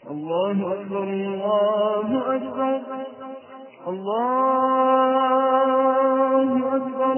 الله أكبر الله أكبر الله أكبر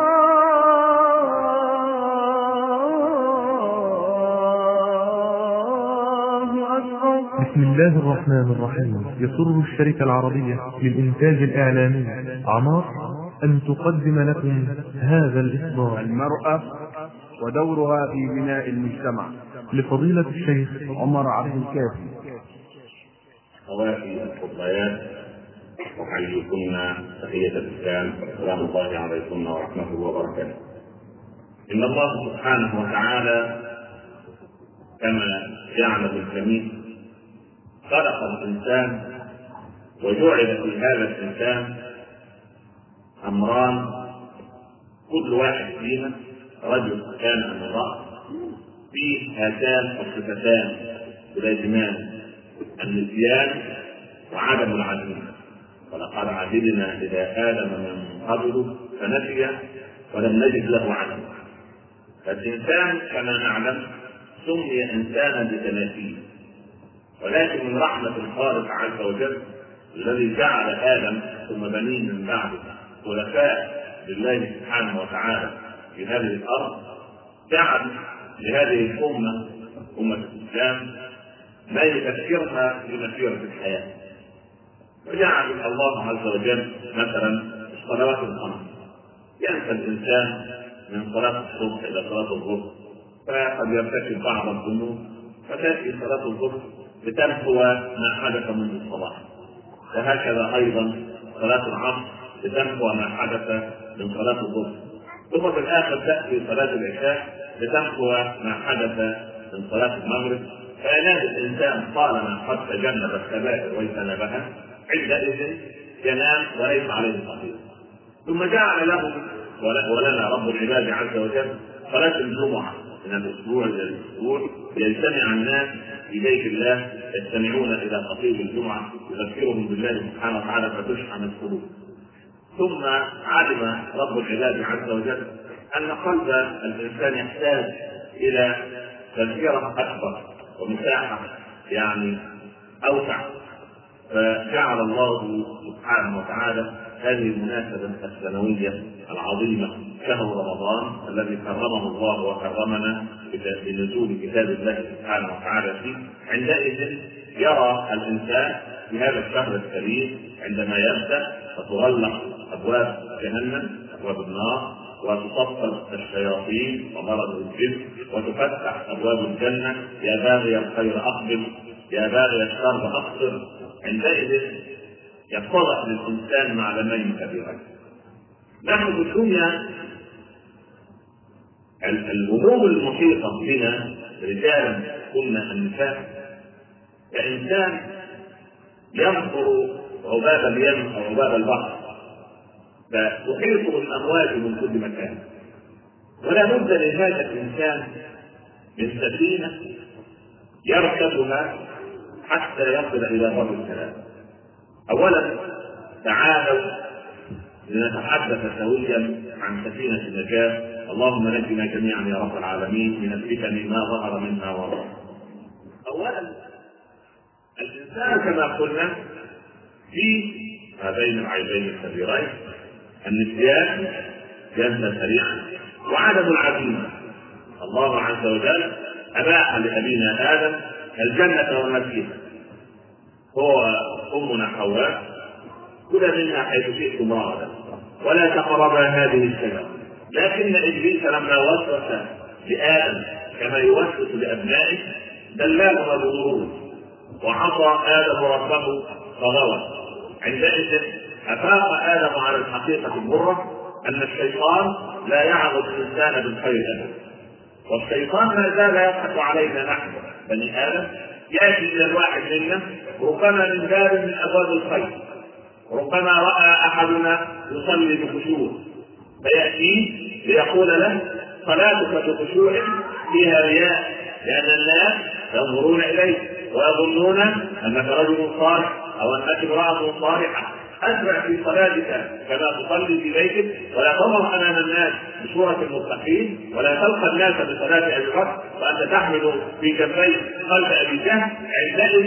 الله أكبر. بسم الله الرحمن الرحيم. يسر الشركة العربية للإنتاج الإعلامي عمار أن تقدم لكم هذا الإصدار. المرأة ودورها في بناء المجتمع، لفضيلة الشيخ عمر عبد الكافي. أخواتي الفضليات، أحييكن تحية الإسلام، السلام الله عليكم ورحمته وبركاته. إن الله سبحانه وتعالى كما يعلم الجميع خلق الإنسان وجعل في هذا الإنسان أمران، كل واحد فينا رجل كان أم امرأة فيه هاتان الصفتان لازمان: النسيان وعدم العزيمة. ولقد عهدنا إلى آدم من قبل فنسي ولم نجد له عزما. فالإنسان كما نعلم سمي إنسانا بتناسيه، ولكن من رحمة الخالق عز وجل الذي جعل آدم ثم بنيه من بعده خلفاء لله سبحانه وتعالى في هذه الأرض، جعل لهذه الأمة، أمة الإسلام، ما يذكرها بمسيرة الحياة. وجعل الله عز وجل مثلا الصلوات الخمس. ينسى الإنسان من صلاة الصبح إلى صلاة الظهر، فقد يرتكب بعض الذنوب، فتأتي صلاة الظهر لتمحو ما حدث منذ الصباح، وهكذا أيضا صلاة العصر لتمحو ما حدث من صلاة الظهر، ثم في الآخر تأتي صلاة العشاء لتمحو ما حدث من صلاة المغرب. فينال الإنسان طالما قد تجنب الكبائر واجتنبها عندئذ ينام وليس عليه خطيئة. ثم جعل له ولنا رب العباد عز وجل صلاة الجمعة من الأسبوع إلى الأسبوع، يجتمع الناس في بيت الله يستمعون إلى خطيب الجمعة يذكرهم بالله سبحانه وتعالى فتشحن القلوب. ثم علم رب العباد عز وجل أن قلب الإنسان يحتاج إلى تذكرة أكبر ومساحة أوسع، فجعل الله سبحانه وتعالى هذه المناسبة السنوية العظيمة شهر رمضان الذي كرمه الله وكرمنا بنزول كتاب الله سبحانه وتعالى فيه. عندئذ يرى الإنسان في هذا الشهر الكريم عندما يبدأ فتغلق أبواب جهنم، أبواب النار، وتصفد الشياطين ومرض الجن، وتفتح أبواب الجنة: يا باغي الخير أقبل، يا باغي الشر أقصر. عندئذ يتضح للإنسان معلمين كبيرين. نحن في الدنيا الهموم المحيطة بنا رجالا كنا النساء كإنسان ينظر عباب اليم أو عباب البحر، فتحيطه الأمواج من كل مكان، ولا بد لهذا الإنسان من سفينة يركبها حتى يصل إلى بر السلام. أولا تعالوا لنتحدث سويا عن سفينة النجاة. اللهم نجنا جميعا يا رب العالمين من الفتن ما ظهر منها وبطن. أولا الإنسان كما قلنا في هذين العيبين الكبيرين: النسيان، ينسى سريعا، وعدم العزيمة. الله عز وجل أباح لأبينا آدم الجنة وما فيها، هو أمنا حواء: كلا منها حيث شئتم رغدا ولا تقربا هذه الشجرة. لكن إبليس لما وسوس لآدم كما يوسوس لأبنائه دلاهما بغرور، وعصى آدم ربه فغوى. عندئذ أفاق آدم على الحقيقة المرة أن الشيطان لا يعظ الإنسان بالخير أبدا، والشيطان ما زال يضحك علينا نحن بني آدم. يأتي إلى الواحد منا ربما من باب من أبواب الخير، ربما رأى أحدنا يصلي بخشوع فيأتيه ليقول له: صلاتك بخشوع فيها رياء، لأن الناس ينظرون إليك ويظنون أنك رجل صالح أو أنك امرأة صالحة. أسرع في صلاتك كما تصلي في بيتك، ولا تظهر أمام الناس بصورة المتقين، ولا تلقى الناس بصلاة أبي بكر وأنت تحمل في جنبيك قلب أبي جهل. عندئذ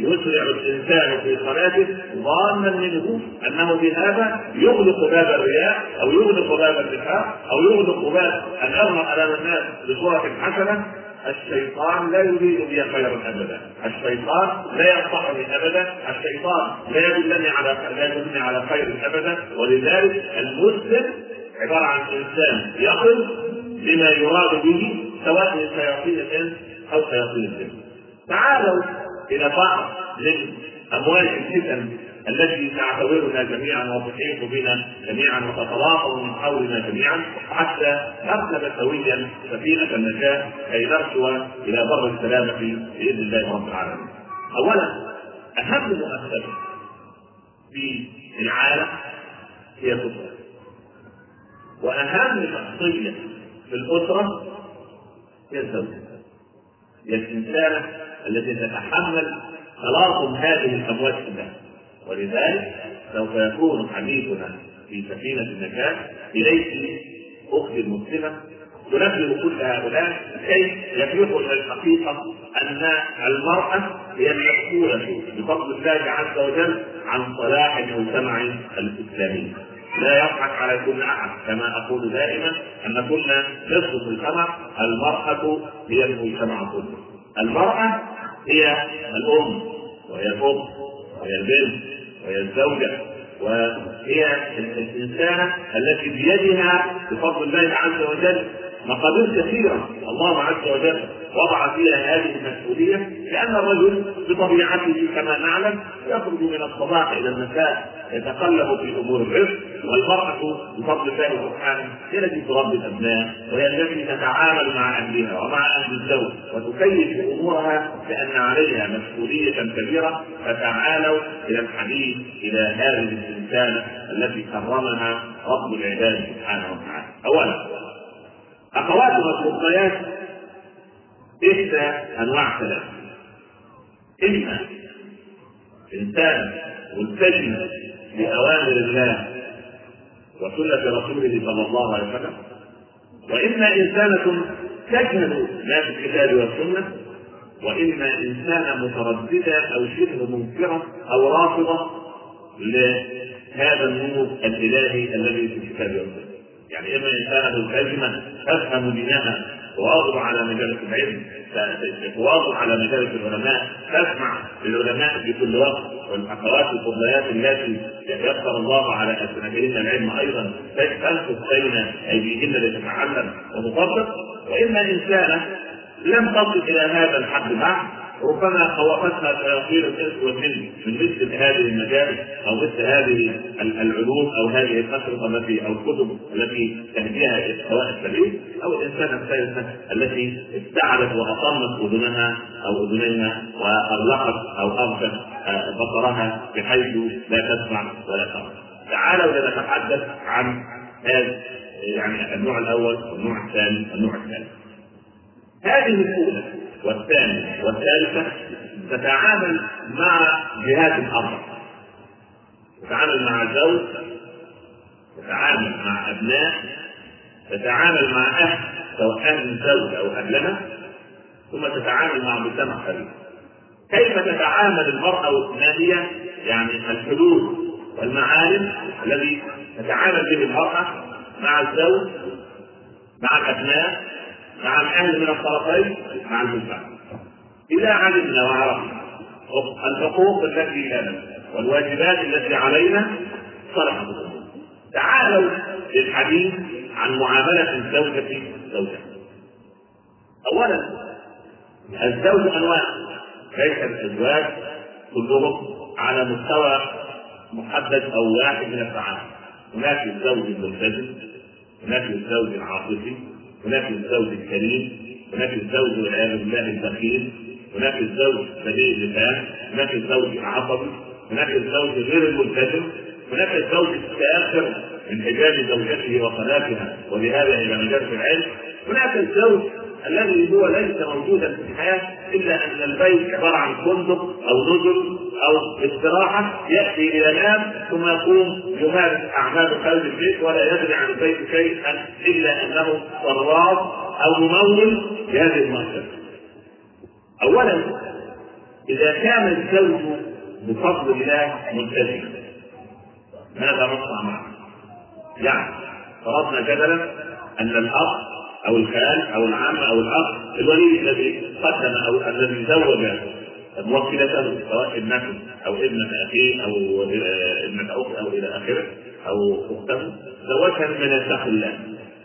يسرع الانسان في صلاته ظانا منه انه بهذا يغلق باب الرياء او يغلق باب النفاق او يغلق باب ان يظهر امام الناس بصوره حسنه. الشيطان لا يريد بي خيرا ابدا، الشيطان لا ينصحني ابدا، الشيطان لا يدلني على خير ابدا. ولذلك المسلم عباره عن انسان يقف بما يراد به سواء من شياطين الانس او شياطين الجن. تعالوا الى بعض من اموال الفتن التي تعتبرنا جميعا وتحيط بنا جميعا وتتلاقى من حولنا جميعا حتى نركب سويا سفينه النجاه كي نرسو الى بر السلامه باذن الله رب العالمين. اولا اهم مؤثر في العالم هي الاسره، واهم شخصيه في الاسره هي الزوجه، هي الانسانه التي تتحمل تلاقم هذه الامواج كلها. ولذلك سوف يكون حديثنا في سفينه النجاه اليك اختي المسلمه تنبه كل هؤلاء كي يفيقوا الى الحقيقه ان المراه هي المسؤوله بفضل الله عز وجل عن صلاح المجتمع الاسلامي. لا يضحك على كل احد، كما اقول دائما ان كل نصف المجتمع، المراه هي المجتمع كله. المراه هي الام وهي الاب وهي البنت وهي الزوجه وهي الانسانه التي بيدها بفضل الله عز وجل مقادير كثيره. الله عز وجل وضع فيها هذه المسؤوليه لان الرجل بطبيعته كما نعلم يخرج من الصباح الى المساء يتقلب في امور الرزق، والمراه بفضل الله سبحانه هي التي تربي الابناء وهي التي تتعامل مع اهلها ومع اهل الزوج وتكيف امورها لان عليها مسؤوليه كبيره. فتعالوا الى الحديث الى هذه الانسانه التي كرمها رب العباد سبحانه وتعالى. اولا اخواتنا الفضليات احدى انواع ثلاثه: اما انسان ملتزم باوامر الله وسنه رسوله صلى الله عليه وسلم، واما انسانه تجهل ما في الكتاب والسنه، واما انسانه متردده او شبه منكره او رافضه لهذا النور الالهي الذي في الكتاب والسنه. يعني اما انسانه ملتزمه تفهم دينها تواظب على مجالس العلم، تواظب على مجالس العلماء، تسمع للعلماء في كل وقت، والاخوات الفضليات التي يسر الله على اسنانهن العلم ايضا تنفذ بين ايديهن لتتعلم وتطبق. واما انسانه لم تصل الى هذا الحد بعد، ربما خوفتها شياطين الانس والجن من مثل هذه المجالس او مثل هذه العلوم او هذه الاشرطه التي او الكتب التي تهديها الى سواء السبيل، او الانسانه الثالثه التي استعلت واطمت اذنها او اذنيها واغلقت او اغفت بصرها بحيث لا تسمع ولا ترى. تعالوا لنتحدث عن هذا يعني النوع الاول والنوع الثاني والنوع الثالث. هذه الاولى والثانية والثالثة تتعامل مع جهات الأربع، تتعامل مع الزوج، تتعامل مع أبناء، تتعامل مع أهل سواء أهل الزوج أو أهلها، ثم تتعامل مع مجتمع خليل. كيف تتعامل المرأة ما هي يعني الحدود والمعالم الذي تتعامل به المرأة مع الزوج، مع الأبناء، مع الأهل من الطرفين، مع المجتمع. إذا علمنا وعرفنا الحقوق التي لنا والواجبات التي علينا صلحت الأمور. تعالوا للحديث عن معاملة الزوجة زوجها. أولا الزوج أنواع، ليس الأزواج كلهم على مستوى محدد أو واحد من التعامل. هناك الزوج الملتزم، هناك الزوج العاطفي، هناك الزوج الكريم، هناك الزوج والعياذ بالله البخيل، هناك الزوج سبيل اللسان، هناك الزوج العصبي، هناك الزوج غير الملتزم، هناك الزوج الساخر من حجاب زوجته وصلاتها وبهذا الى مجالس العلم، هناك الزوج الذي هو ليس موجودا في الحياه الا ان البيت عباره عن فندق او نزل او استراحه ياتي الى نام ثم يقوم يمارس اعمال خارج البيت ولا يدري عن البيت شيئا الا انه صراف او ممول لهذه المؤسسه. اولا إذا كان الزوج بفضل الله ملتزما ماذا نصنع معه؟ يعني فرضنا جدلا أن الأب أو الخال أو العم أو الأخ الولي الذي قدم أو الذي زوج موكلته سواء ابنته أو ابنة أخيه أو ابنة أخت أو إلى آخره أو أخته زوجها ممن يتقي الله.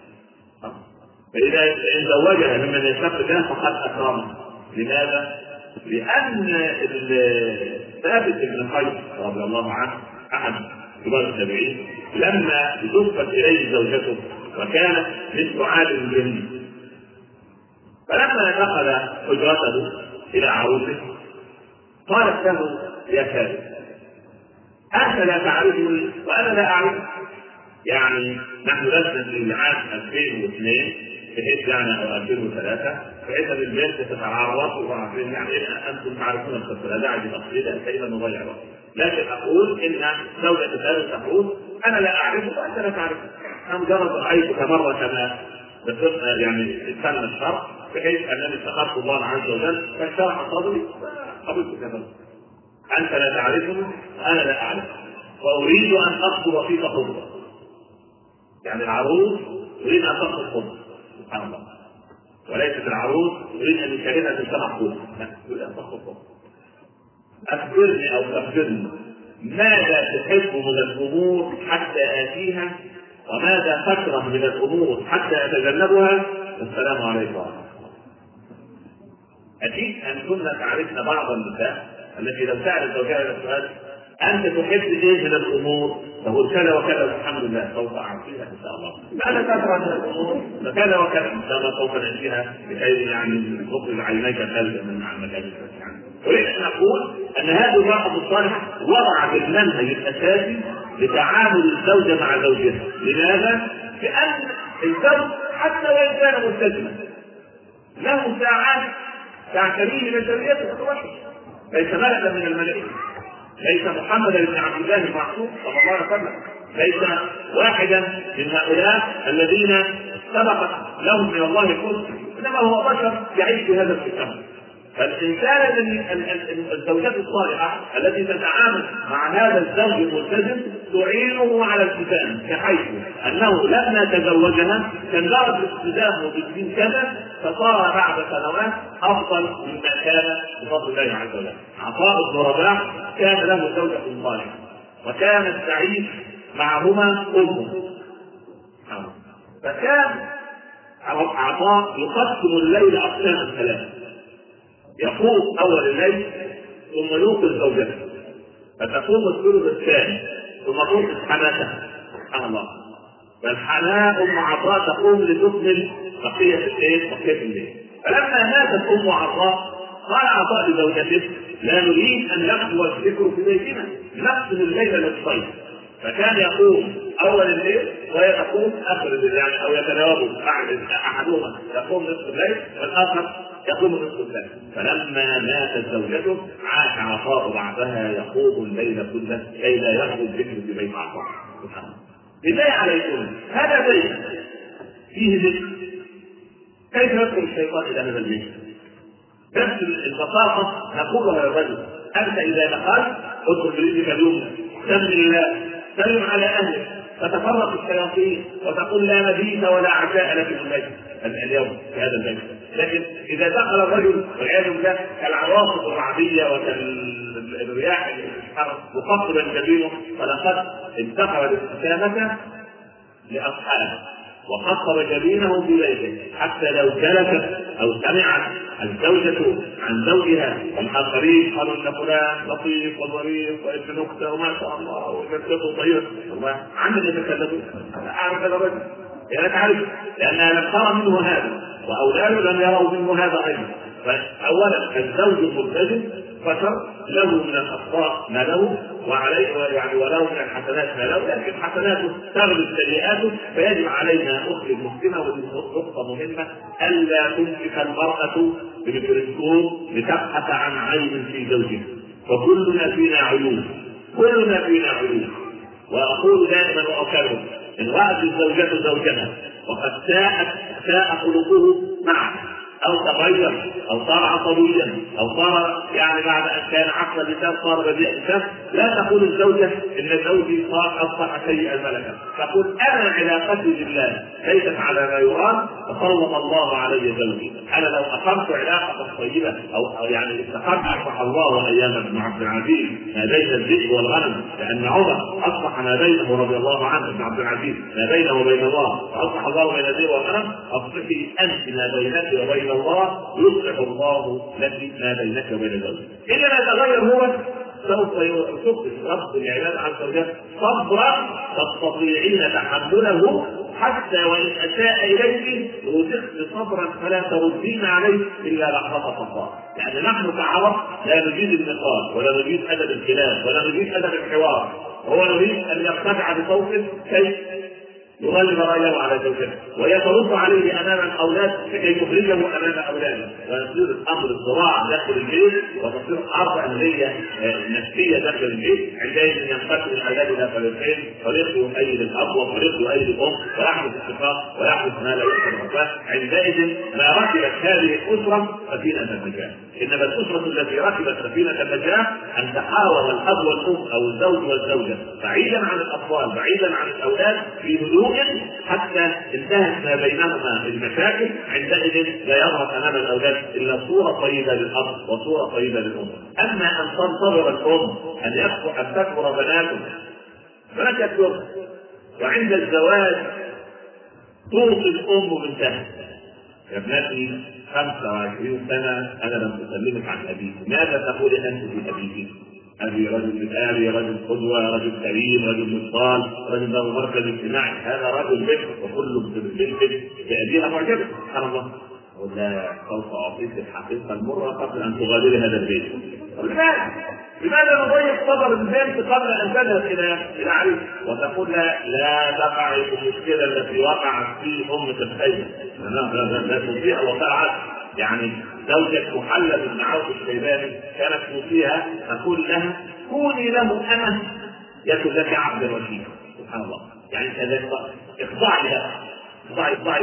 فإذا زوجها ممن يتقي الله فقد أكرمه. لماذا؟ لأن ثابت بن قيس رضي الله عنه أحد كبار التابعين لما توفت إليه زوجته وكانت مثل عالم جميل، فلما دخل حجرته إلى عروسه قالت له: يا ثابت، أنت لا تعرفني وأنا لا أعرفك. يعني نحن لسنا في عام 2002 بحيث يعني أو 2003 بحيث أن البنت تتعرف وعارفين يعني أنتم تعرفون القصة لا داعي لتفصيلها كيف نضيع وقت. لكن أقول إن زوجة ثابت تقول: أنا لا أعرفك وأنت لا تعرفك. أنا مجرد رأيتك مرة كما يعني سن الشرع بحيث أنني استخرت الله عز وجل فشرح صدري قبلت كذا. أنت لا تعرفني وأنا لا أعرفك وأريد أن أخطب فيك خطبة. يعني العروس تريد أن تخطب خطبة سبحان الله، وليست العروس تريد أن يشاهدها في السمع خطبة، لا تريد أن تخطب خطبة. أخبرني أو تخبرني ماذا تحب من الأمور حتى آتيها وماذا تكره من الأمور حتى أتجنبها. والسلام عليكم. أكيد أن كنا تعرفنا بعض النساء التي لو سألت زوجها هذا السؤال: أنت تحب إيه من الأمور؟ تقول كذا وكذا الحمد لله سوف أعطيها إن شاء الله. ماذا تكره من الأمور؟ فكذا وكذا إن شاء الله سوف نأتيها لكي يعني نخرج عينيك خالدا من مكان يعني. أريد أن أقول أن هذه المرأة الصالحة وضعت المنهج الأساسي لتعامل الزوجة مع زوجها. لماذا؟ لأن الزوج حتى وإن كان ملتزما له ساعات تعتريه بشريته الوحش، ليس ملكا من الملائكة، ليس محمد بن عبد الله المعصوم صلى الله عليه وسلم، ليس واحدا من هؤلاء الذين سبقت لهم من الله الكل، انما هو بشر يعيش في هذا المجتمع. فالإنسان الزوجة الصالحة التي تتعامل مع هذا الزوج الملتزم تعينه على الالتزام، بحيث أنه لما تزوجها تنجرد الالتزام وبالدين كذا فصار بعد سنوات أفضل مما كان بفضل الله عز وجل. عطاء بن رباح كان له زوجة صالحة وكانت تعيش معهما أمه، فكان عطاء يقسم الليل أقساما ثلاثة، يقوم أول الليل ثم يوقظ زوجته فتقوم الثلث الثاني ثم توقظ حماتها سبحان الله. فالحماة أم عطاء تقوم لتكمل بقية الليل. فلما ماتت أم عطاء قال عطاء لزوجته: لا نريد أن يقضوا الذكر في بيتنا، نقسم الليل نصفين. فكان يقوم أول الليل وهي تقوم آخر الليل، يعني أو يتناوب أحدهما يقوم نصف الليل والآخر يقوم نصف الليل. فلما ماتت زوجته عاش عطاء بعدها يقوم الليل كله كي لا يخرج الذكر في بيت عطاء. بالله عليكم هذا بيت فيه ذكر، كيف يدخل الشيطان إلى هذا البيت؟ نفس البساطة نقولها للرجل: أنت إذا دخلت ادخل برجلك اليمنى، سلم الله، سلم على أهلك، فتفرق الشياطين وتقول لا مبيت ولا عشاء لك في البيت اليوم في هذا البيت. لكن إذا دخل الرجل والعياذ بالله كالعواصف الرعدية وكالرياح مقصبا جبينه فلقد انتقل الابتسامة لأصحابه وقصر جبينه في بيته، حتى لو جلست أو سمعت الزوجة عن زوجها والآخرين قالوا إن فلان لطيف وظريف وابن نكتة وما شاء الله وجدته طيب، والله عمن يتكلمون أعرف هذا الرجل يعني تعرف لأنها لم ترى منه هذا وأولاده لم يروا منه هذا أيضا. فأولا الزوج الملتزم بشر له من الأخطاء ما له وعليه يعني وله من الحسنات ما له، لكن حسناته تغلب سيئاته. فيجب علينا أخت المسلمة ودي نقطة مهمة ألا تمسك المرأة بالميكروسكوب لتبحث عن عيب في زوجها، فكلنا فينا عيوب، كلنا فينا عيوب. وأقول دائما وأكرر: إن رأت الزوجة زوجها وقد ساء خلقه معه او تغير او صار عصبيا او صار يعني بعد ان كان عقل اللسان صار بديع اللسان، لا تقول الزوجه ان زوجي صار اصبح سيء الملكه، تقول انا علاقتي بالله ليست على ما يرام فسلط الله علي زوجي. انا لو اقمت علاقه طيبه او يعني استقرت اصبح الله ايام ابن عبد العزيز ما بين الذئب والغنم، لان عمر اصبح ما بينه رضي الله عنه ابن عبد العزيز ما بينه وبين الله، فاصبح الله بين الذئب والغنم، اصبحي انت ما بينك وبين الله يصلح الله لك ما بينك وبين زوجك. اذا ما تغير هو سوف يشق رب العباد عز وجل صبرا تستطيعين تحمله حتى وان اساء اليك رزقت صبرا فلا تردين عليه الا لحظه صبر. يعني نحن كعرب لا نريد النقاش ولا نريد ادب الخلاف ولا نريد ادب الحوار، هو نريد ان يرتفع بصوته كي يغلب رايه على زوجته ويترد عليه امام الاولاد لكي يخرجه امام اولاده، ويصير الامر الصراع داخل البيت وتصير حرب اهليه نفسيه داخل البيت. عندئذ ينقسم الاولاد الى فريقين، فريق يؤيد الاب وفريق يؤيد الام ويحدث اتفاق ويحدث ما لا يحدث. عندئذ ما ركبت هذه الاسره سفينه النجاه، انما الاسره التي ركبت سفينه النجاه ان تحاور الاب والام او الزوج والزوجه بعيدا عن الاطفال بعيدا عن الاولاد في هدوء حتى انتهت ما بينهما المشاكل. عندئذ لا يظهر امام الاولاد الا صوره طيبه للاب وصوره طيبه للام. اما ان تنتظر الام ان تكبر بناته فلا تكبر، وعند الزواج توصي الام بنتها يا ابنتي 25 سنه انا لم اسلمك عن ابيك، ماذا تقول انت في ابيك؟ أبي رجل مثالي، رجل قدوة، رجل كريم، رجل مثقال، رجل له مركز اجتماعي، هذا رجل بكر وكل بنت بأبيها معجبة سبحان الله. ولا سوف أعطيك الحقيقة المرة قبل أن تغادري هذا البيت. لماذا نضيق صدر البنت قبل أن تذهب إلى عريس وتقول لا تقع في المشكلة التي وقعت في أم الخير؟ لا تطيع وقعت. يعني زوجة محلب بن عوف الشيباني كانت توصيها تقول لها كوني له أمة يكن لك عبد الرشيد. سبحان الله، يعني كذلك اخضعي لها، اخضعي